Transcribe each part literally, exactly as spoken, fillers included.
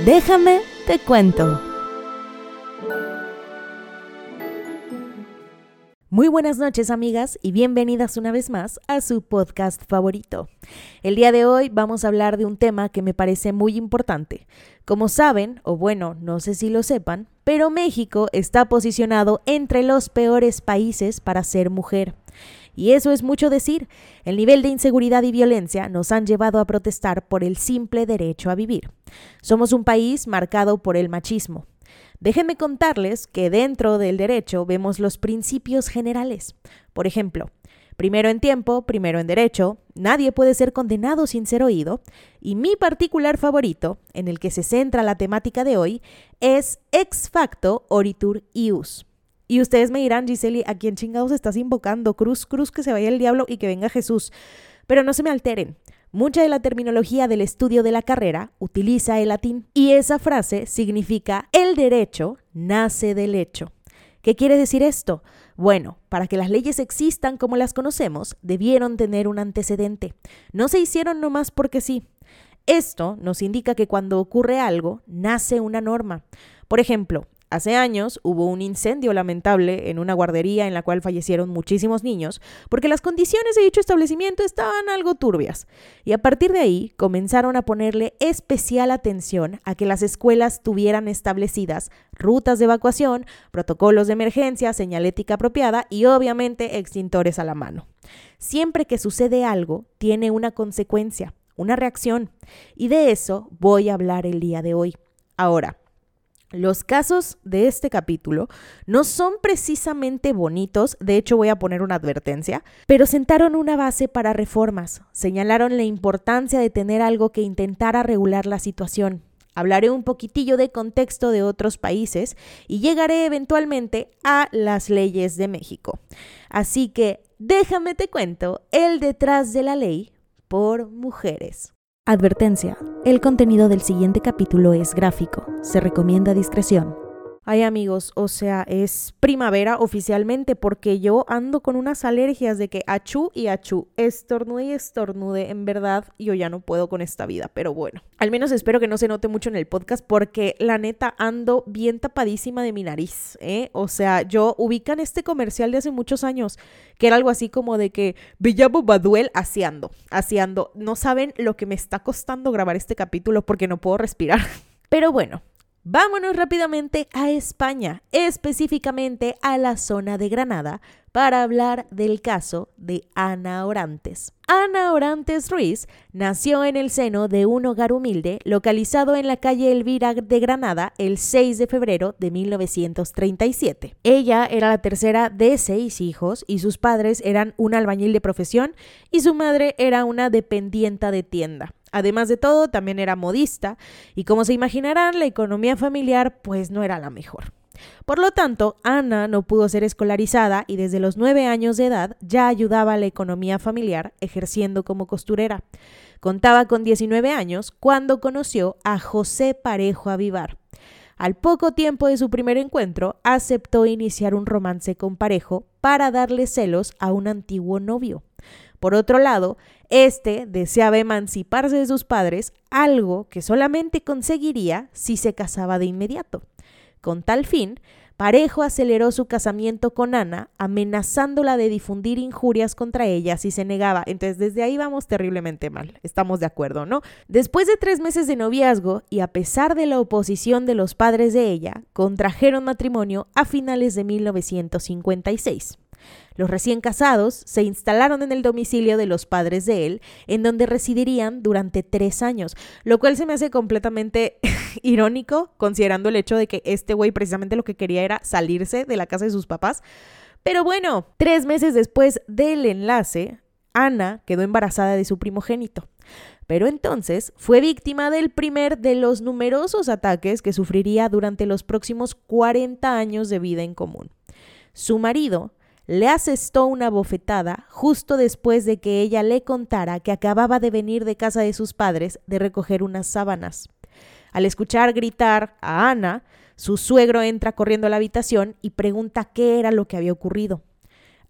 Déjame te cuento. Muy buenas noches, amigas, y bienvenidas una vez más a su podcast favorito. El día de hoy vamos a hablar de un tema que me parece muy importante. Como saben, o bueno, no sé si lo sepan, pero México está posicionado entre los peores países para ser mujer. Y eso es mucho decir. El nivel de inseguridad y violencia nos han llevado a protestar por el simple derecho a vivir. Somos un país marcado por el machismo. Déjenme contarles que dentro del derecho vemos los principios generales. Por ejemplo, primero en tiempo, primero en derecho, nadie puede ser condenado sin ser oído, y mi particular favorito, en el que se centra la temática de hoy, es ex facto oritur ius. Y ustedes me dirán, Giseli, ¿a quién chingados estás invocando? Cruz, cruz, que se vaya el diablo y que venga Jesús. Pero no se me alteren. Mucha de la terminología del estudio de la carrera utiliza el latín y esa frase significa el derecho nace del hecho. ¿Qué quiere decir esto? Bueno, para que las leyes existan como las conocemos, debieron tener un antecedente. No se hicieron nomás porque sí. Esto nos indica que cuando ocurre algo, nace una norma. Por ejemplo, hace años hubo un incendio lamentable en una guardería en la cual fallecieron muchísimos niños porque las condiciones de dicho establecimiento estaban algo turbias. Y a partir de ahí comenzaron a ponerle especial atención a que las escuelas tuvieran establecidas rutas de evacuación, protocolos de emergencia, señalética apropiada y obviamente extintores a la mano. Siempre que sucede algo, tiene una consecuencia, una reacción. Y de eso voy a hablar el día de hoy. Ahora, los casos de este capítulo no son precisamente bonitos, de hecho voy a poner una advertencia, pero sentaron una base para reformas, señalaron la importancia de tener algo que intentara regular la situación. Hablaré un poquitillo de contexto de otros países y llegaré eventualmente a las leyes de México. Así que déjame te cuento el detrás de la ley por mujeres. Advertencia, el contenido del siguiente capítulo es gráfico, se recomienda discreción. Ay amigos, o sea, es primavera oficialmente porque yo ando con unas alergias de que achú y achú, estornude y estornude, en verdad yo ya no puedo con esta vida, pero bueno. Al menos espero que no se note mucho en el podcast porque la neta ando bien tapadísima de mi nariz, ¿eh? O sea, yo ubican este comercial de hace muchos años que era algo así como de que Bella Baduel aseando, aseando. No saben lo que me está costando grabar este capítulo porque no puedo respirar. Pero bueno. Vámonos rápidamente a España, específicamente a la zona de Granada, para hablar del caso de Ana Orantes. Ana Orantes Ruiz nació en el seno de un hogar humilde localizado en la calle Elvira de Granada el seis de febrero de mil novecientos treinta y siete. Ella era la tercera de seis hijos y sus padres eran un albañil de profesión y su madre era una dependienta de tienda. Además de todo, también era modista y como se imaginarán, la economía familiar pues no era la mejor. Por lo tanto, Ana no pudo ser escolarizada y desde los nueve años de edad ya ayudaba a la economía familiar ejerciendo como costurera. Contaba con diecinueve años cuando conoció a José Parejo Avivar. Al poco tiempo de su primer encuentro, aceptó iniciar un romance con Parejo para darle celos a un antiguo novio. Por otro lado, este deseaba emanciparse de sus padres, algo que solamente conseguiría si se casaba de inmediato. Con tal fin, Parejo aceleró su casamiento con Ana, amenazándola de difundir injurias contra ella si se negaba. Entonces, desde ahí vamos terriblemente mal. Estamos de acuerdo, ¿no? Después de tres meses de noviazgo, y a pesar de la oposición de los padres de ella, contrajeron matrimonio a finales de mil novecientos cincuenta y seis. Los recién casados se instalaron en el domicilio de los padres de él, en donde residirían durante tres años, lo cual se me hace completamente irónico, considerando el hecho de que este güey precisamente lo que quería era salirse de la casa de sus papás. Pero bueno, tres meses después del enlace, Ana quedó embarazada de su primogénito. Pero entonces fue víctima del primer de los numerosos ataques que sufriría durante los próximos cuarenta años de vida en común. Su marido le asestó una bofetada justo después de que ella le contara que acababa de venir de casa de sus padres de recoger unas sábanas. Al escuchar gritar a Ana, su suegro entra corriendo a la habitación y pregunta qué era lo que había ocurrido.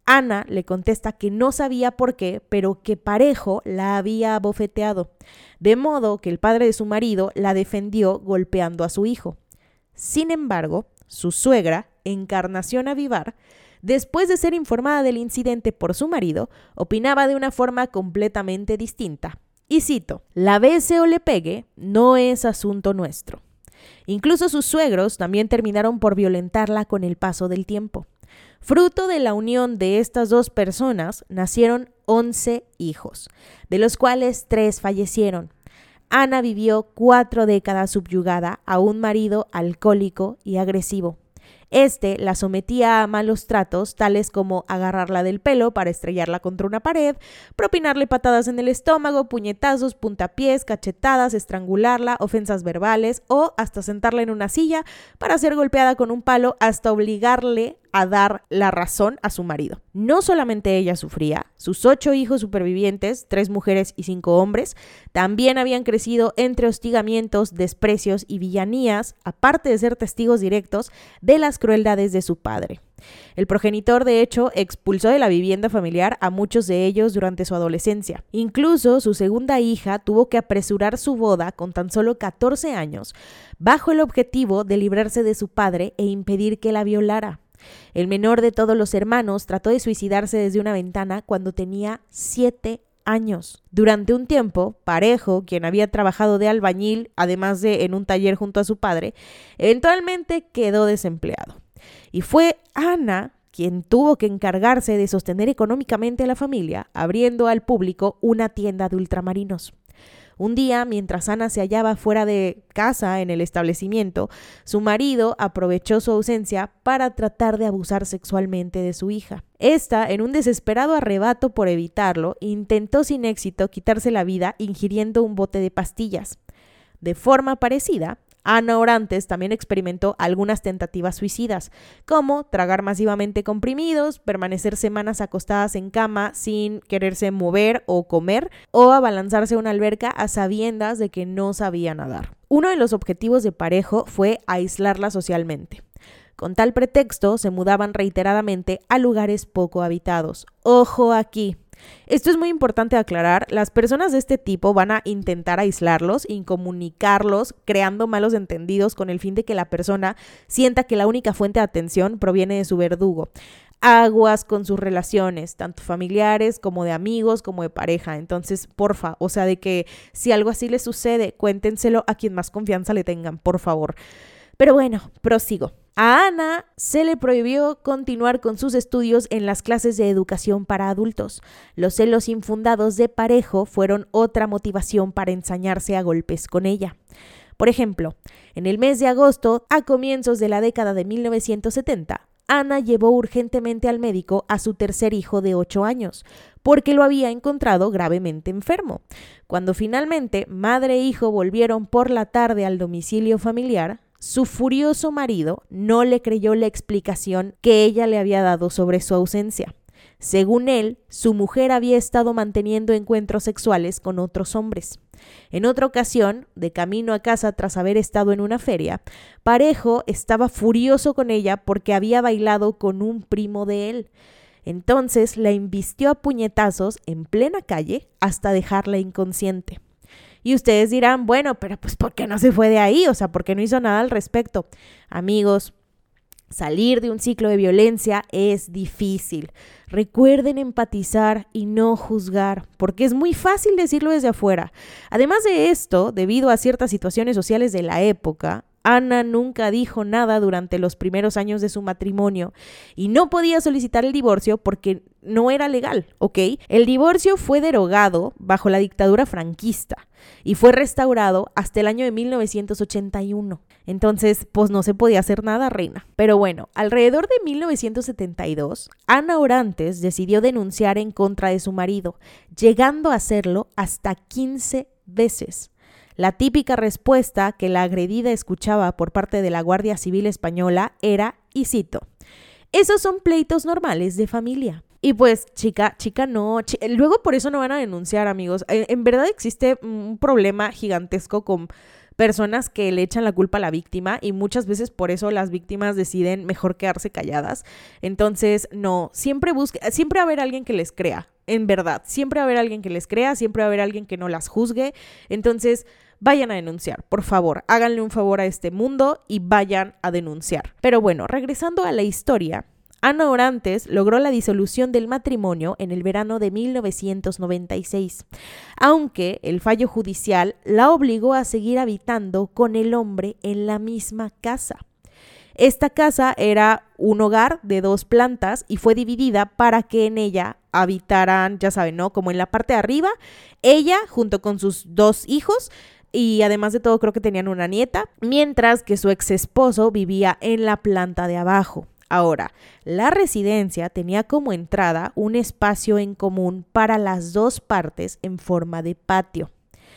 Ana le contesta que no sabía por qué, pero que Parejo la había abofeteado, de modo que el padre de su marido la defendió golpeando a su hijo. Sin embargo, su suegra, Encarnación Avivar, después de ser informada del incidente por su marido, opinaba de una forma completamente distinta. Y cito: la bese o le pegue no es asunto nuestro. Incluso sus suegros también terminaron por violentarla con el paso del tiempo. Fruto de la unión de estas dos personas nacieron once hijos, de los cuales tres fallecieron. Ana vivió cuatro décadas subyugada a un marido alcohólico y agresivo. Este la sometía a malos tratos, tales como agarrarla del pelo para estrellarla contra una pared, propinarle patadas en el estómago, puñetazos, puntapiés, cachetadas, estrangularla, ofensas verbales o hasta sentarla en una silla para ser golpeada con un palo hasta obligarle a dar la razón a su marido. No solamente ella sufría, sus ocho hijos supervivientes, tres mujeres y cinco hombres, también habían crecido entre hostigamientos, desprecios y villanías, aparte de ser testigos directos de las crueldades de su padre. El progenitor, de hecho, expulsó de la vivienda familiar a muchos de ellos durante su adolescencia. Incluso su segunda hija tuvo que apresurar su boda con tan solo catorce años, bajo el objetivo de librarse de su padre e impedir que la violara. El menor de todos los hermanos trató de suicidarse desde una ventana cuando tenía siete años. Durante un tiempo, Parejo, quien había trabajado de albañil, además de en un taller junto a su padre, eventualmente quedó desempleado. Y fue Ana quien tuvo que encargarse de sostener económicamente a la familia, abriendo al público una tienda de ultramarinos. Un día, mientras Ana se hallaba fuera de casa en el establecimiento, su marido aprovechó su ausencia para tratar de abusar sexualmente de su hija. Esta, en un desesperado arrebato por evitarlo, intentó sin éxito quitarse la vida ingiriendo un bote de pastillas. De forma parecida, Ana Orantes también experimentó algunas tentativas suicidas, como tragar masivamente comprimidos, permanecer semanas acostadas en cama sin quererse mover o comer, o abalanzarse a una alberca a sabiendas de que no sabía nadar. Uno de los objetivos de Parejo fue aislarla socialmente. Con tal pretexto, se mudaban reiteradamente a lugares poco habitados. ¡Ojo aquí! Esto es muy importante aclarar, las personas de este tipo van a intentar aislarlos, incomunicarlos, creando malos entendidos con el fin de que la persona sienta que la única fuente de atención proviene de su verdugo. Aguas con sus relaciones, tanto familiares como de amigos, como de pareja. Entonces, porfa, o sea, de que si algo así les sucede, cuéntenselo a quien más confianza le tengan, por favor. Pero bueno, prosigo. A Ana se le prohibió continuar con sus estudios en las clases de educación para adultos. Los celos infundados de Parejo fueron otra motivación para ensañarse a golpes con ella. Por ejemplo, en el mes de agosto, a comienzos de la década de mil novecientos setenta, Ana llevó urgentemente al médico a su tercer hijo de ocho años, porque lo había encontrado gravemente enfermo. Cuando finalmente madre e hijo volvieron por la tarde al domicilio familiar, su furioso marido no le creyó la explicación que ella le había dado sobre su ausencia. Según él, su mujer había estado manteniendo encuentros sexuales con otros hombres. En otra ocasión, de camino a casa tras haber estado en una feria, Parejo estaba furioso con ella porque había bailado con un primo de él. Entonces la embistió a puñetazos en plena calle hasta dejarla inconsciente. Y ustedes dirán, bueno, pero pues ¿por qué no se fue de ahí? O sea, ¿por qué no hizo nada al respecto? Amigos, salir de un ciclo de violencia es difícil. Recuerden empatizar y no juzgar, porque es muy fácil decirlo desde afuera. Además de esto, debido a ciertas situaciones sociales de la época, Ana nunca dijo nada durante los primeros años de su matrimonio y no podía solicitar el divorcio porque no era legal, ¿ok? El divorcio fue derogado bajo la dictadura franquista y fue restaurado hasta el año de mil novecientos ochenta y uno. Entonces, pues no se podía hacer nada, reina. Pero bueno, alrededor de mil novecientos setenta y dos, Ana Orantes decidió denunciar en contra de su marido, llegando a hacerlo hasta quince veces. La típica respuesta que la agredida escuchaba por parte de la Guardia Civil Española era, y cito, esos son pleitos normales de familia. Y pues, chica, chica no, ch- luego por eso no van a denunciar, amigos. En, en verdad existe un problema gigantesco con personas que le echan la culpa a la víctima y muchas veces por eso las víctimas deciden mejor quedarse calladas. Entonces, no, siempre busque, siempre va a haber alguien que les crea, en verdad, siempre va a haber alguien que les crea, siempre va a haber alguien que no las juzgue. Entonces, vayan a denunciar, por favor, háganle un favor a este mundo y vayan a denunciar. Pero bueno, regresando a la historia, Ana Orantes logró la disolución del matrimonio en el verano de mil novecientos noventa y seis, aunque el fallo judicial la obligó a seguir habitando con el hombre en la misma casa. Esta casa era un hogar de dos plantas y fue dividida para que en ella habitaran, ya saben, ¿no? Como en la parte de arriba, ella junto con sus dos hijos, y además de todo creo que tenían una nieta, mientras que su ex esposo vivía en la planta de abajo. Ahora, la residencia tenía como entrada un espacio en común para las dos partes en forma de patio.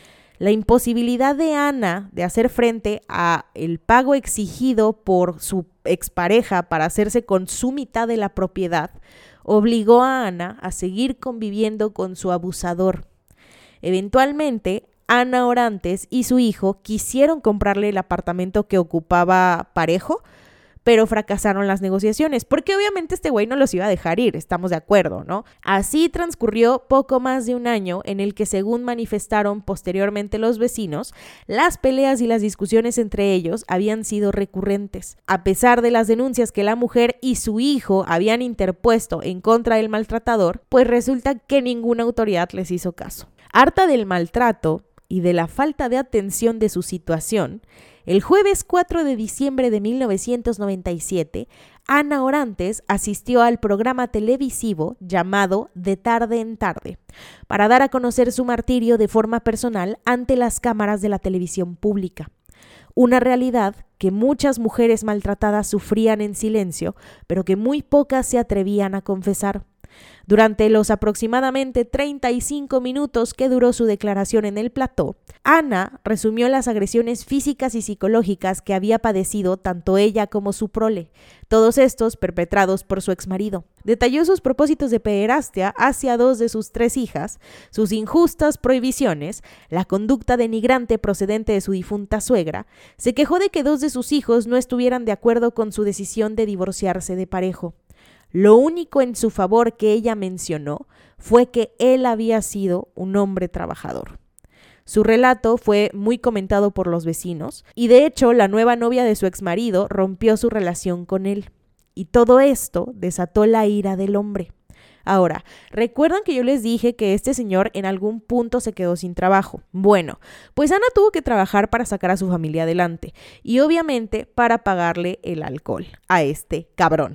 La imposibilidad de Ana de hacer frente a el pago exigido por su expareja para hacerse con su mitad de la propiedad obligó a Ana a seguir conviviendo con su abusador. Eventualmente, Ana Orantes y su hijo quisieron comprarle el apartamento que ocupaba Parejo, pero fracasaron las negociaciones, porque obviamente este güey no los iba a dejar ir, estamos de acuerdo, ¿no? Así transcurrió poco más de un año en el que, según manifestaron posteriormente los vecinos, las peleas y las discusiones entre ellos habían sido recurrentes. A pesar de las denuncias que la mujer y su hijo habían interpuesto en contra del maltratador, pues resulta que ninguna autoridad les hizo caso. Harta del maltrato y de la falta de atención de su situación, el jueves cuatro de diciembre de mil novecientos noventa y siete, Ana Orantes asistió al programa televisivo llamado De Tarde en Tarde para dar a conocer su martirio de forma personal ante las cámaras de la televisión pública. Una realidad que muchas mujeres maltratadas sufrían en silencio, pero que muy pocas se atrevían a confesar. Durante los aproximadamente treinta y cinco minutos que duró su declaración en el plató, Ana resumió las agresiones físicas y psicológicas que había padecido tanto ella como su prole, todos estos perpetrados por su exmarido. Detalló sus propósitos de pederastia hacia dos de sus tres hijas, sus injustas prohibiciones, la conducta denigrante procedente de su difunta suegra. Se quejó de que dos de sus hijos no estuvieran de acuerdo con su decisión de divorciarse de Parejo. Lo único en su favor que ella mencionó fue que él había sido un hombre trabajador. Su relato fue muy comentado por los vecinos y de hecho la nueva novia de su exmarido rompió su relación con él. Y todo esto desató la ira del hombre. Ahora, ¿recuerdan que yo les dije que este señor en algún punto se quedó sin trabajo? Bueno, pues Ana tuvo que trabajar para sacar a su familia adelante y obviamente para pagarle el alcohol a este cabrón.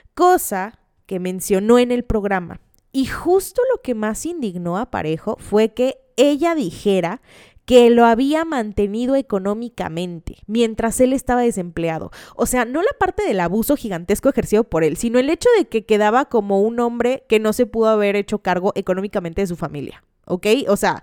Cosa que mencionó en el programa. Y justo lo que más indignó a Parejo fue que ella dijera que lo había mantenido económicamente mientras él estaba desempleado. O sea, no la parte del abuso gigantesco ejercido por él, sino el hecho de que quedaba como un hombre que no se pudo haber hecho cargo económicamente de su familia, ¿ok? O sea,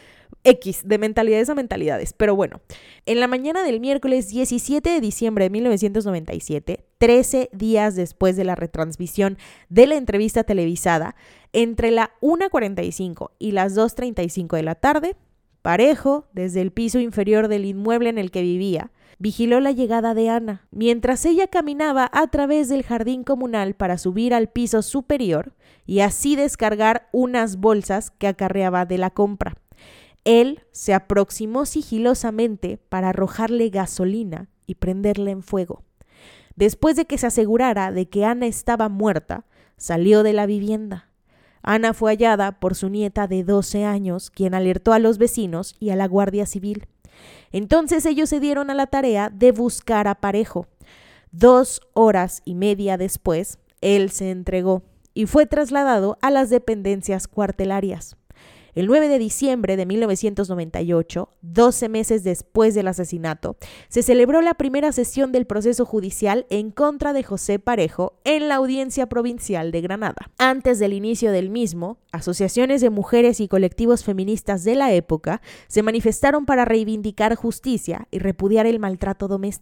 X, de mentalidades a mentalidades. Pero bueno, en la mañana del miércoles diecisiete de diciembre de mil novecientos noventa y siete, trece días después de la retransmisión de la entrevista televisada, entre la una cuarenta y cinco y las dos treinta y cinco de la tarde, Parejo, desde el piso inferior del inmueble en el que vivía, vigiló la llegada de Ana. Mientras ella caminaba a través del jardín comunal para subir al piso superior y así descargar unas bolsas que acarreaba de la compra. Él se aproximó sigilosamente para arrojarle gasolina y prenderla en fuego. Después de que se asegurara de que Ana estaba muerta, salió de la vivienda. Ana fue hallada por su nieta de doce años, quien alertó a los vecinos y a la Guardia Civil. Entonces ellos se dieron a la tarea de buscar a Parejo. Dos horas y media después, él se entregó y fue trasladado a las dependencias cuartelarias. El nueve de diciembre de mil novecientos noventa y ocho, doce meses después del asesinato, se celebró la primera sesión del proceso judicial en contra de José Parejo en la Audiencia Provincial de Granada. Antes del inicio del mismo, asociaciones de mujeres y colectivos feministas de la época se manifestaron para reivindicar justicia y repudiar el maltrato doméstico.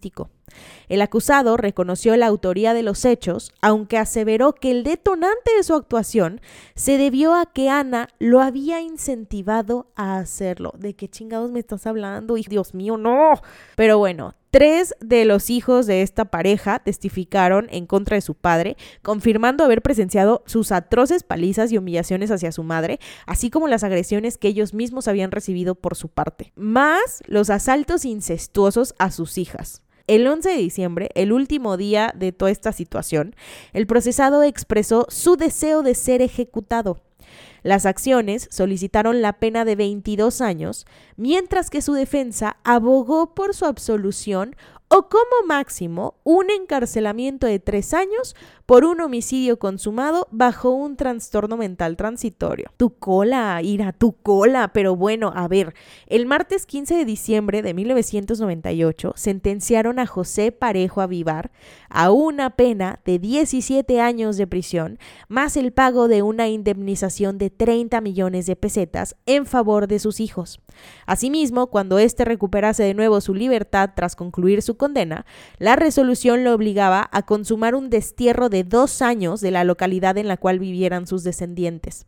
El acusado reconoció la autoría de los hechos, aunque aseveró que el detonante de su actuación se debió a que Ana lo había incentivado a hacerlo. ¿De qué chingados me estás hablando? Y Dios mío, no. Pero bueno, tres de los hijos de esta pareja testificaron en contra de su padre, confirmando haber presenciado sus atroces palizas y humillaciones hacia su madre, así como las agresiones que ellos mismos habían recibido por su parte, más los asaltos incestuosos a sus hijas. El once de diciembre, el último día de toda esta situación, el procesado expresó su deseo de ser ejecutado. Las acciones solicitaron la pena de veintidós años, mientras que su defensa abogó por su absolución o como máximo un encarcelamiento de tres años por un homicidio consumado bajo un trastorno mental transitorio. Tu cola, Ira, tu cola. Pero bueno, a ver, el martes quince de diciembre de mil novecientos noventa y ocho sentenciaron a José Parejo Avívar a una pena de diecisiete años de prisión, más el pago de una indemnización de treinta millones de pesetas en favor de sus hijos. Asimismo, cuando éste recuperase de nuevo su libertad tras concluir su condena, la resolución lo obligaba a consumar un destierro de dos años de la localidad en la cual vivieran sus descendientes.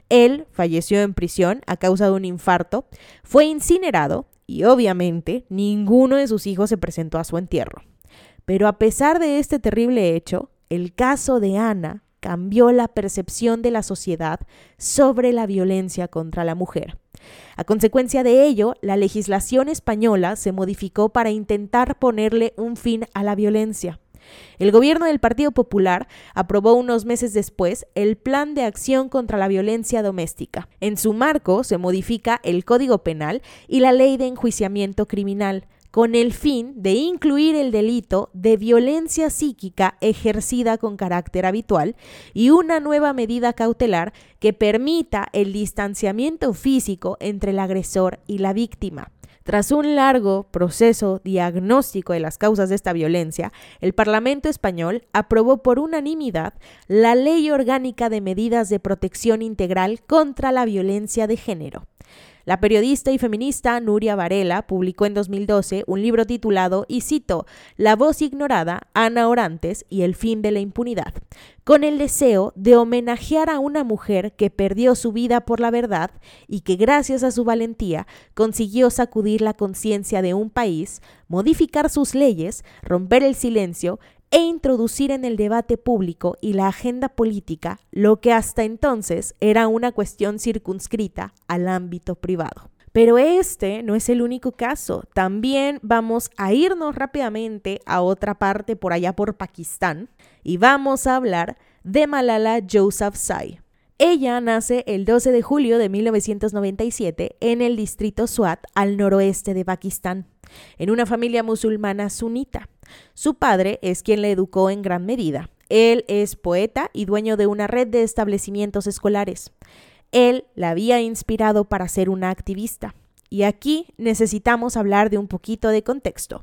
Él falleció en prisión a causa de un infarto, fue incinerado y obviamente ninguno de sus hijos se presentó a su entierro. Pero a pesar de este terrible hecho, el caso de Ana cambió la percepción de la sociedad sobre la violencia contra la mujer. A consecuencia de ello, la legislación española se modificó para intentar ponerle un fin a la violencia. El gobierno del Partido Popular aprobó unos meses después el Plan de Acción contra la Violencia Doméstica. En su marco se modifica el Código Penal y la Ley de Enjuiciamiento Criminal, con el fin de incluir el delito de violencia psíquica ejercida con carácter habitual y una nueva medida cautelar que permita el distanciamiento físico entre el agresor y la víctima. Tras un largo proceso diagnóstico de las causas de esta violencia, el Parlamento español aprobó por unanimidad la Ley Orgánica de Medidas de Protección Integral contra la Violencia de Género. La periodista y feminista Nuria Varela publicó en dos mil doce un libro titulado, y cito, La voz ignorada, Ana Orantes y el fin de la impunidad, con el deseo de homenajear a una mujer que perdió su vida por la verdad y que gracias a su valentía consiguió sacudir la conciencia de un país, modificar sus leyes, romper el silencio e introducir en el debate público y la agenda política lo que hasta entonces era una cuestión circunscrita al ámbito privado. Pero este no es el único caso. También vamos a irnos rápidamente a otra parte por allá por Pakistán y vamos a hablar de Malala Yousafzai. Ella nace el doce de julio de mil novecientos noventa y siete en el distrito Swat, al noroeste de Pakistán, en una familia musulmana sunita. Su padre es quien la educó en gran medida. Él es poeta y dueño de una red de establecimientos escolares. Él la había inspirado para ser una activista. Y aquí necesitamos hablar de un poquito de contexto.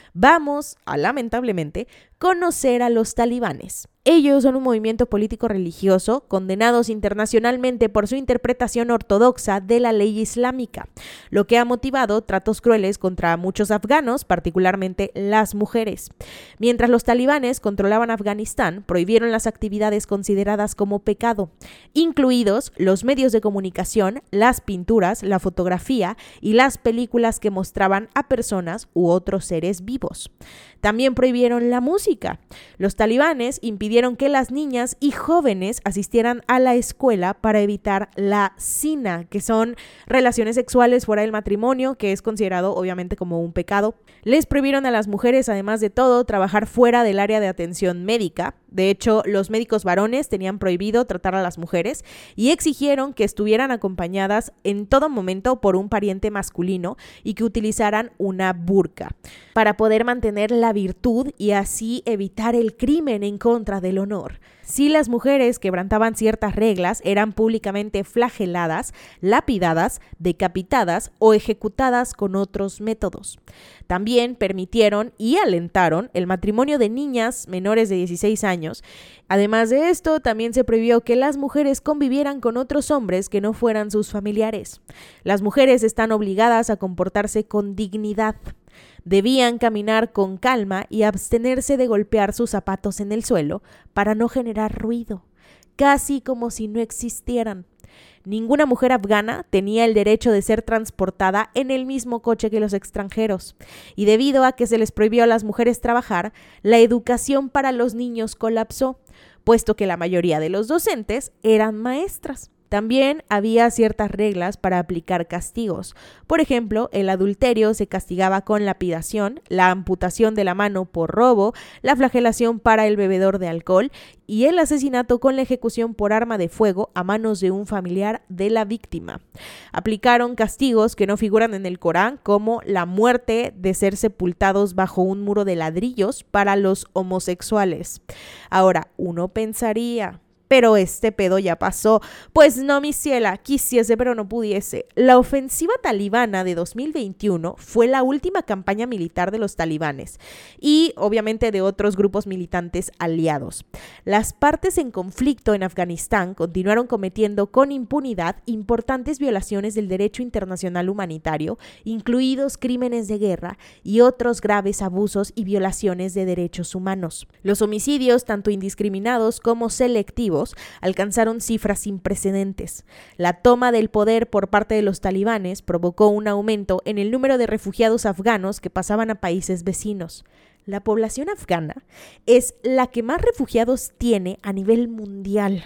Vamos a, lamentablemente, conocer a los talibanes. Ellos son un movimiento político religioso condenados internacionalmente por su interpretación ortodoxa de la ley islámica, lo que ha motivado tratos crueles contra muchos afganos, particularmente las mujeres. Mientras los talibanes controlaban Afganistán, prohibieron las actividades consideradas como pecado, incluidos los medios de comunicación, las pinturas, la fotografía y las películas que mostraban a personas u otros seres vivos. También prohibieron la música. Los talibanes impidieron que las niñas y jóvenes asistieran a la escuela para evitar la zina, que son relaciones sexuales fuera del matrimonio, que es considerado obviamente como un pecado. Les prohibieron a las mujeres, además de todo, trabajar fuera del área de atención médica. De hecho, los médicos varones tenían prohibido tratar a las mujeres y exigieron que estuvieran acompañadas en todo momento por un pariente masculino y que utilizaran una burka para poder mantener la virtud y así evitar el crimen en contra del honor. Si las mujeres quebrantaban ciertas reglas, eran públicamente flageladas, lapidadas, decapitadas o ejecutadas con otros métodos. También permitieron y alentaron el matrimonio de niñas menores de dieciséis años. Además de esto, también se prohibió que las mujeres convivieran con otros hombres que no fueran sus familiares. Las mujeres están obligadas a comportarse con dignidad. Debían caminar con calma y abstenerse de golpear sus zapatos en el suelo para no generar ruido, casi como si no existieran. Ninguna mujer afgana tenía el derecho de ser transportada en el mismo coche que los extranjeros, y debido a que se les prohibió a las mujeres trabajar, la educación para los niños colapsó, puesto que la mayoría de los docentes eran maestras. También había ciertas reglas para aplicar castigos. Por ejemplo, el adulterio se castigaba con lapidación, la amputación de la mano por robo, la flagelación para el bebedor de alcohol y el asesinato con la ejecución por arma de fuego a manos de un familiar de la víctima. Aplicaron castigos que no figuran en el Corán, como la muerte de ser sepultados bajo un muro de ladrillos para los homosexuales. Ahora, uno pensaría: pero este pedo ya pasó. Pues no, mi ciela, quisiese pero no pudiese. La ofensiva talibana de dos mil veintiuno fue la última campaña militar de los talibanes y obviamente de otros grupos militantes aliados. Las partes en conflicto en Afganistán continuaron cometiendo con impunidad importantes violaciones del derecho internacional humanitario, incluidos crímenes de guerra y otros graves abusos y violaciones de derechos humanos. Los homicidios, tanto indiscriminados como selectivos, alcanzaron cifras sin precedentes. La toma del poder por parte de los talibanes provocó un aumento en el número de refugiados afganos que pasaban a países vecinos. La población afgana es la que más refugiados tiene a nivel mundial.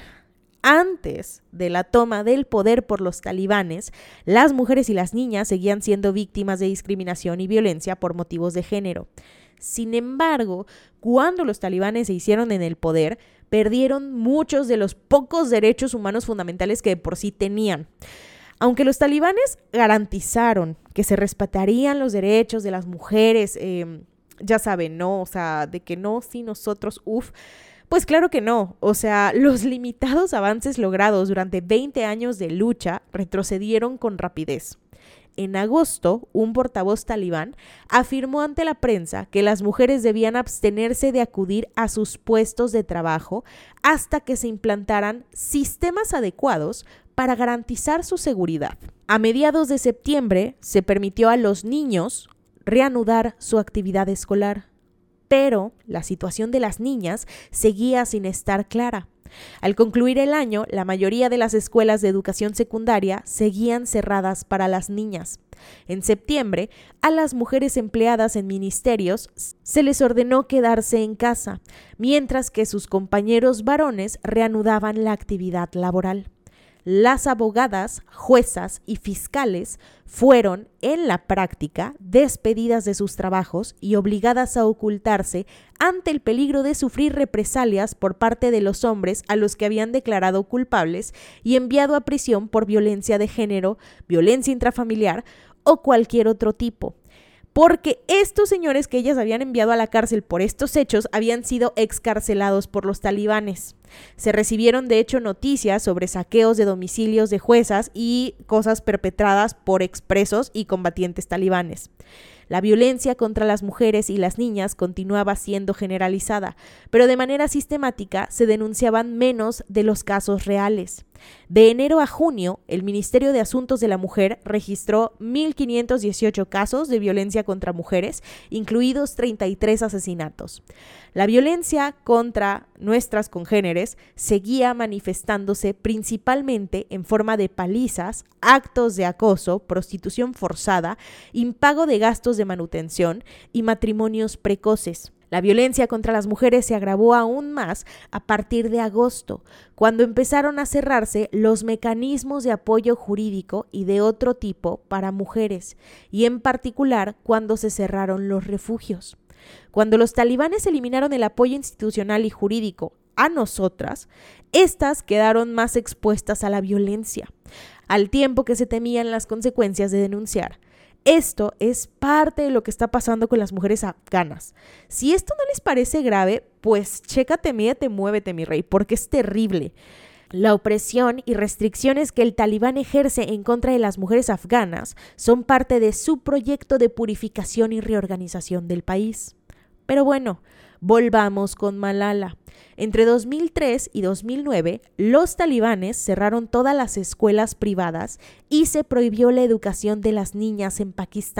Antes de la toma del poder por los talibanes, las mujeres y las niñas seguían siendo víctimas de discriminación y violencia por motivos de género. Sin embargo, cuando los talibanes se hicieron en el poder, perdieron muchos de los pocos derechos humanos fundamentales que de por sí tenían. Aunque los talibanes garantizaron que se respetarían los derechos de las mujeres, eh, ya saben, ¿no? O sea, de que no, si nosotros, uff, pues claro que no. O sea, los limitados avances logrados durante veinte años de lucha retrocedieron con rapidez. En agosto, un portavoz talibán afirmó ante la prensa que las mujeres debían abstenerse de acudir a sus puestos de trabajo hasta que se implantaran sistemas adecuados para garantizar su seguridad. A mediados de septiembre se permitió a los niños reanudar su actividad escolar, pero la situación de las niñas seguía sin estar clara. Al concluir el año, la mayoría de las escuelas de educación secundaria seguían cerradas para las niñas. En septiembre, a las mujeres empleadas en ministerios se les ordenó quedarse en casa, mientras que sus compañeros varones reanudaban la actividad laboral. Las abogadas, juezas y fiscales fueron, en la práctica, despedidas de sus trabajos y obligadas a ocultarse ante el peligro de sufrir represalias por parte de los hombres a los que habían declarado culpables y enviado a prisión por violencia de género, violencia intrafamiliar o cualquier otro tipo. Porque estos señores que ellas habían enviado a la cárcel por estos hechos habían sido excarcelados por los talibanes. Se recibieron de hecho noticias sobre saqueos de domicilios de juezas y cosas perpetradas por expresos y combatientes talibanes. La violencia contra las mujeres y las niñas continuaba siendo generalizada, pero de manera sistemática se denunciaban menos de los casos reales. De enero a junio, el Ministerio de Asuntos de la Mujer registró mil quinientos dieciocho casos de violencia contra mujeres, incluidos treinta y tres asesinatos. La violencia contra nuestras congéneres seguía manifestándose principalmente en forma de palizas, actos de acoso, prostitución forzada, impago de gastos de manutención y matrimonios precoces. La violencia contra las mujeres se agravó aún más a partir de agosto, cuando empezaron a cerrarse los mecanismos de apoyo jurídico y de otro tipo para mujeres, y en particular cuando se cerraron los refugios. Cuando los talibanes eliminaron el apoyo institucional y jurídico a nosotras, estas quedaron más expuestas a la violencia, al tiempo que se temían las consecuencias de denunciar. Esto es parte de lo que está pasando con las mujeres afganas. Si esto no les parece grave, pues chécate, mídete, muévete, mi rey, porque es terrible. La opresión y restricciones que el talibán ejerce en contra de las mujeres afganas son parte de su proyecto de purificación y reorganización del país. Pero bueno, volvamos con Malala. Entre dos mil tres y dos mil nueve, los talibanes cerraron todas las escuelas privadas y se prohibió la educación de las niñas en Pakistán.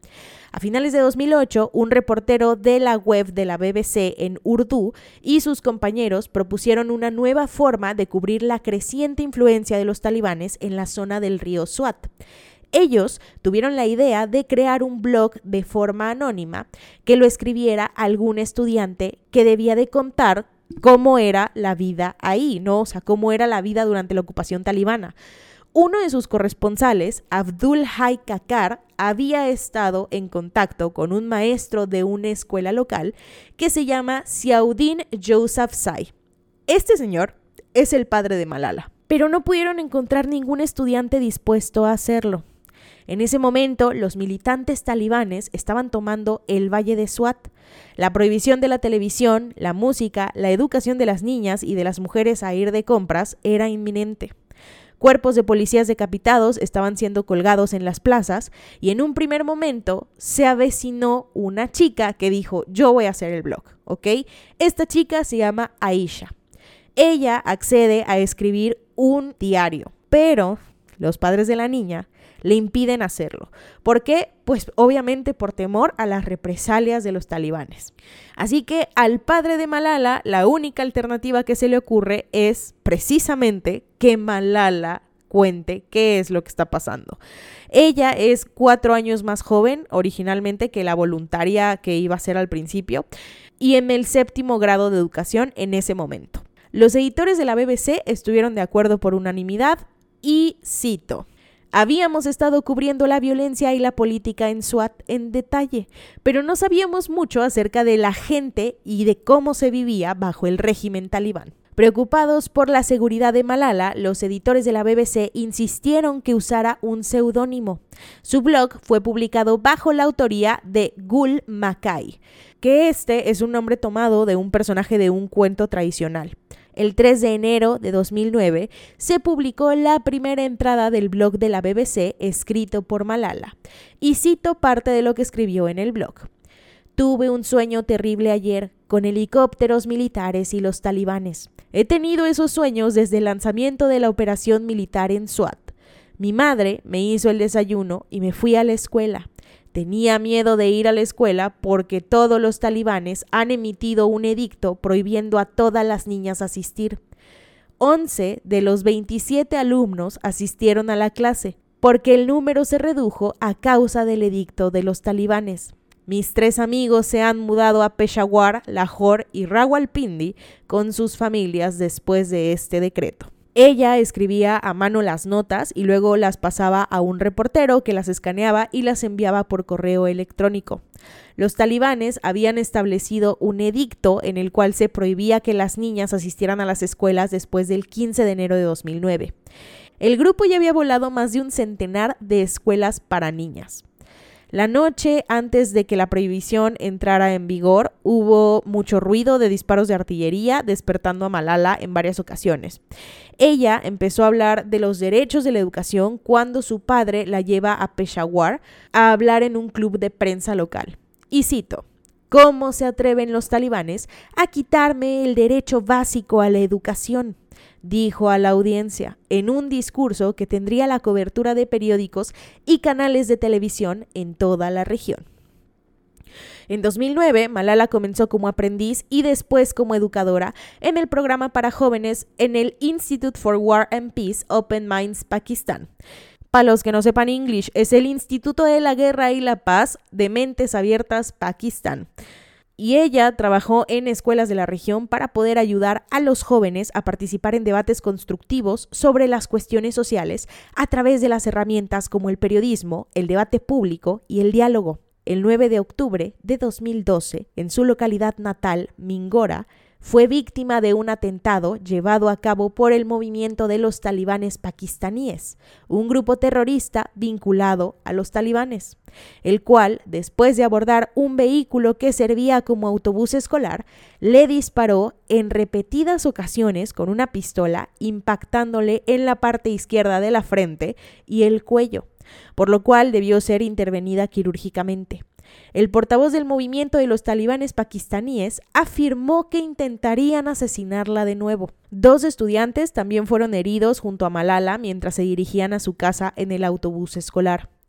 A finales de dos mil ocho, un reportero de la web de la B B C en Urdu y sus compañeros propusieron una nueva forma de cubrir la creciente influencia de los talibanes en la zona del río Swat. Ellos tuvieron la idea de crear un blog de forma anónima que lo escribiera algún estudiante que debía de contar cómo era la vida ahí, ¿no? O sea, cómo era la vida durante la ocupación talibana. Uno de sus corresponsales, Abdul Hay Kakar, había estado en contacto con un maestro de una escuela local que se llama Ziauddin Yousafzai. Este señor es el padre de Malala, pero no pudieron encontrar ningún estudiante dispuesto a hacerlo. En ese momento, los militantes talibanes estaban tomando el Valle de Swat. La prohibición de la televisión, la música, la educación de las niñas y de las mujeres a ir de compras era inminente. Cuerpos de policías decapitados estaban siendo colgados en las plazas y en un primer momento se avecinó una chica que dijo, yo voy a hacer el blog, ¿ok? Esta chica se llama Aisha. Ella accede a escribir un diario, pero los padres de la niña le impiden hacerlo. ¿Por qué? Pues obviamente por temor a las represalias de los talibanes. Así que al padre de Malala, la única alternativa que se le ocurre es precisamente que Malala cuente qué es lo que está pasando. Ella es cuatro años más joven originalmente que la voluntaria que iba a ser al principio y en el séptimo grado de educación en ese momento. Los editores de la B B C estuvieron de acuerdo por unanimidad y cito: habíamos estado cubriendo la violencia y la política en Swat en detalle, pero no sabíamos mucho acerca de la gente y de cómo se vivía bajo el régimen talibán. Preocupados por la seguridad de Malala, los editores de la B B C insistieron que usara un seudónimo. Su blog fue publicado bajo la autoría de Gul Makai, que este es un nombre tomado de un personaje de un cuento tradicional. El tres de enero de dos mil nueve se publicó la primera entrada del blog de la B B C escrito por Malala, y cito parte de lo que escribió en el blog. Tuve un sueño terrible ayer con helicópteros militares y los talibanes. He tenido esos sueños desde el lanzamiento de la operación militar en Swat. Mi madre me hizo el desayuno y me fui a la escuela. Tenía miedo de ir a la escuela porque todos los talibanes han emitido un edicto prohibiendo a todas las niñas asistir. once de los veintisiete alumnos asistieron a la clase porque el número se redujo a causa del edicto de los talibanes. Mis tres amigos se han mudado a Peshawar, Lahore y Rawalpindi con sus familias después de este decreto. Ella escribía a mano las notas y luego las pasaba a un reportero que las escaneaba y las enviaba por correo electrónico. Los talibanes habían establecido un edicto en el cual se prohibía que las niñas asistieran a las escuelas después del quince de enero de dos mil nueve. El grupo ya había volado más de un centenar de escuelas para niñas. La noche antes de que la prohibición entrara en vigor, hubo mucho ruido de disparos de artillería, despertando a Malala en varias ocasiones. Ella empezó a hablar de los derechos de la educación cuando su padre la lleva a Peshawar a hablar en un club de prensa local. Y cito: ¿cómo se atreven los talibanes a quitarme el derecho básico a la educación?, dijo a la audiencia en un discurso que tendría la cobertura de periódicos y canales de televisión en toda la región. En dos mil nueve, Malala comenzó como aprendiz y después como educadora en el programa para jóvenes en el Institute for War and Peace Open Minds Pakistán. Para los que no sepan inglés, es el Instituto de la Guerra y la Paz de Mentes Abiertas Pakistán. Y ella trabajó en escuelas de la región para poder ayudar a los jóvenes a participar en debates constructivos sobre las cuestiones sociales a través de las herramientas como el periodismo, el debate público y el diálogo. El nueve de octubre de dos mil doce, en su localidad natal, Mingora, fue víctima de un atentado llevado a cabo por el movimiento de los talibanes pakistaníes, un grupo terrorista vinculado a los talibanes, el cual, después de abordar un vehículo que servía como autobús escolar, le disparó en repetidas ocasiones con una pistola, impactándole en la parte izquierda de la frente y el cuello, por lo cual debió ser intervenida quirúrgicamente. El portavoz del movimiento de los talibanes pakistaníes afirmó que intentarían asesinarla de nuevo. Dos estudiantes también fueron heridos junto a Malala mientras se dirigían a su casa en el autobús escolar.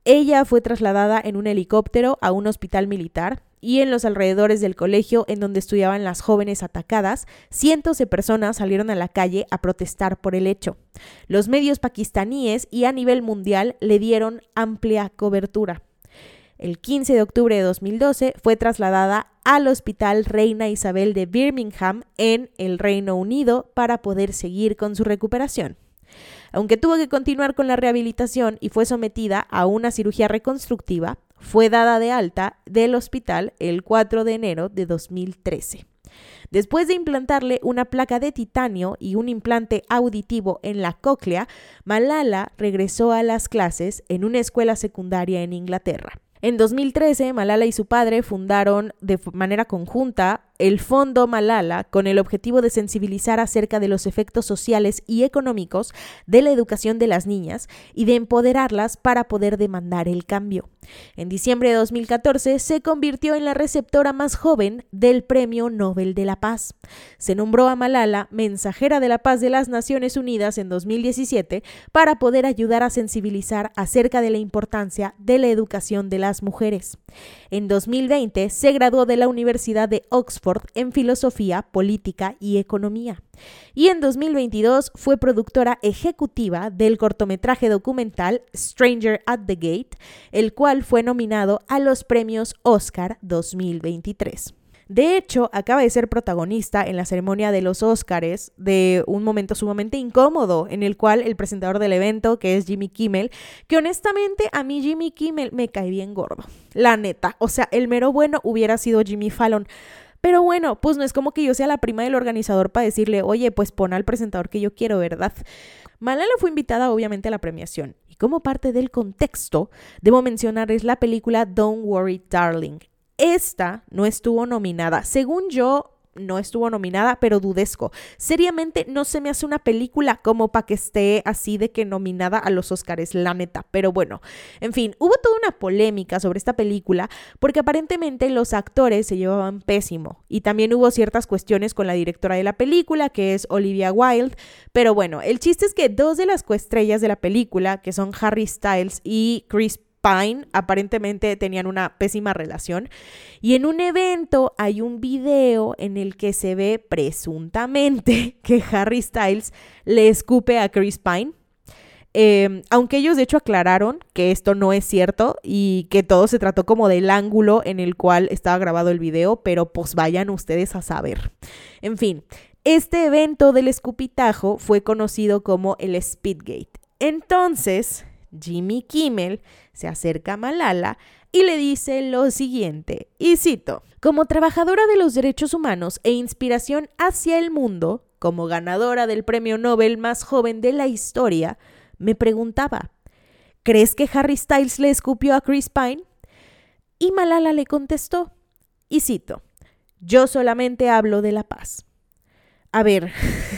Ella fue trasladada en un helicóptero a un hospital militar y en los alrededores del colegio en donde estudiaban las jóvenes atacadas, cientos de personas salieron a la calle a protestar por el hecho. Los medios pakistaníes y a nivel mundial le dieron amplia cobertura. El quince de octubre de dos mil doce fue trasladada al Hospital Reina Isabel de Birmingham en el Reino Unido para poder seguir con su recuperación. Aunque tuvo que continuar con la rehabilitación y fue sometida a una cirugía reconstructiva, fue dada de alta del hospital el cuatro de enero de dos mil trece. Después de implantarle una placa de titanio y un implante auditivo en la cóclea, Malala regresó a las clases en una escuela secundaria en Inglaterra. En dos mil trece, Malala y su padre fundaron de manera conjunta el Fondo Malala con el objetivo de sensibilizar acerca de los efectos sociales y económicos de la educación de las niñas y de empoderarlas para poder demandar el cambio. En diciembre de dos mil catorce se convirtió en la receptora más joven del Premio Nobel de la Paz. Se nombró a Malala mensajera de la paz de las Naciones Unidas en dos mil diecisiete para poder ayudar a sensibilizar acerca de la importancia de la educación de las mujeres. En dos mil veinte se graduó de la Universidad de Oxford en Filosofía, Política y Economía. Y en dos mil veintidós fue productora ejecutiva del cortometraje documental Stranger at the Gate, el cual fue nominado a los premios Oscar dos mil veintitrés. De hecho, acaba de ser protagonista en la ceremonia de los Óscares de un momento sumamente incómodo en el cual el presentador del evento, que es Jimmy Kimmel, que honestamente a mí Jimmy Kimmel me cae bien gordo, la neta. O sea, el mero bueno hubiera sido Jimmy Fallon. Pero bueno, pues no es como que yo sea la prima del organizador para decirle, oye, pues pon al presentador que yo quiero, ¿verdad? Malala fue invitada obviamente a la premiación y como parte del contexto, debo mencionar es la película Don't Worry Darling. Esta no estuvo nominada. Según yo, no estuvo nominada, pero dudesco. Seriamente no se me hace una película como para que esté así de que nominada a los Óscares, la neta. Pero bueno, en fin, hubo toda una polémica sobre esta película porque aparentemente los actores se llevaban pésimo y también hubo ciertas cuestiones con la directora de la película, que es Olivia Wilde. Pero bueno, el chiste es que dos de las coestrellas de la película, que son Harry Styles y Chris Pine, aparentemente tenían una pésima relación y en un evento hay un video en el que se ve presuntamente que Harry Styles le escupe a Chris Pine, eh, aunque ellos de hecho aclararon que esto no es cierto y que todo se trató como del ángulo en el cual estaba grabado el video, pero pues vayan ustedes a saber. En fin, este evento del escupitajo fue conocido como el Spitgate. Entonces Jimmy Kimmel se acerca a Malala y le dice lo siguiente, y cito: como trabajadora de los derechos humanos e inspiración hacia el mundo, como ganadora del premio Nobel más joven de la historia, me preguntaba, ¿crees que Harry Styles le escupió a Chris Pine? Y Malala le contestó, y cito: yo solamente hablo de la paz. A ver,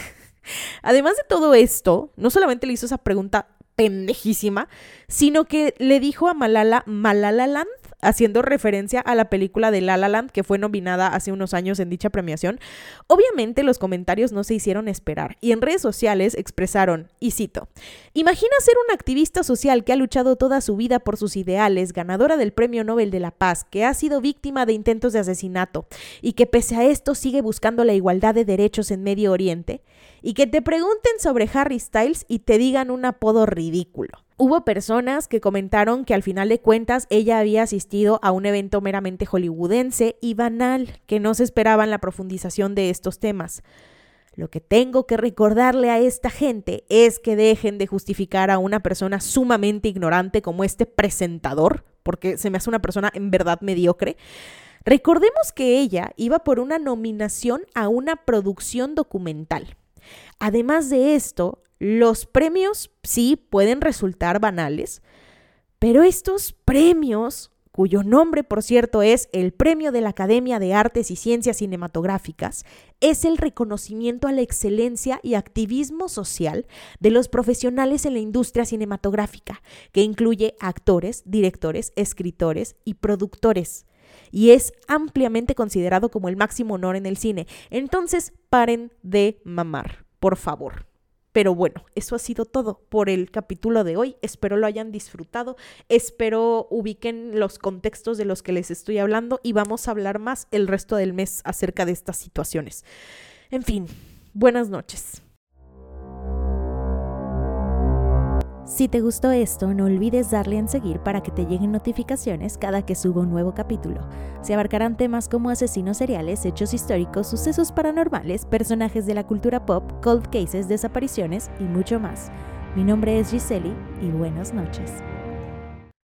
además de todo esto, no solamente le hizo esa pregunta pendejísima, sino que le dijo a Malala Malala Land, haciendo referencia a la película de La La Land que fue nominada hace unos años en dicha premiación. Obviamente los comentarios no se hicieron esperar y en redes sociales expresaron, y cito: imagina ser una activista social que ha luchado toda su vida por sus ideales, ganadora del Premio Nobel de la Paz, que ha sido víctima de intentos de asesinato y que pese a esto sigue buscando la igualdad de derechos en Medio Oriente, y que te pregunten sobre Harry Styles y te digan un apodo ridículo. Hubo personas que comentaron que al final de cuentas ella había asistido a un evento meramente hollywoodense y banal, que no se esperaban la profundización de estos temas. Lo que tengo que recordarle a esta gente es que dejen de justificar a una persona sumamente ignorante como este presentador, porque se me hace una persona en verdad mediocre. Recordemos que ella iba por una nominación a una producción documental. Además de esto, los premios sí pueden resultar banales, pero estos premios, cuyo nombre por cierto es el Premio de la Academia de Artes y Ciencias Cinematográficas, es el reconocimiento a la excelencia y activismo social de los profesionales en la industria cinematográfica, que incluye actores, directores, escritores y productores. Y es ampliamente considerado como el máximo honor en el cine. Entonces, paren de mamar, por favor. Pero bueno, eso ha sido todo por el capítulo de hoy. Espero lo hayan disfrutado, espero ubiquen los contextos de los que les estoy hablando y vamos a hablar más el resto del mes acerca de estas situaciones. En fin, buenas noches. Si te gustó esto, no olvides darle en seguir para que te lleguen notificaciones cada que suba un nuevo capítulo. Se abarcarán temas como asesinos seriales, hechos históricos, sucesos paranormales, personajes de la cultura pop, cold cases, desapariciones y mucho más. Mi nombre es Giseli y buenas noches.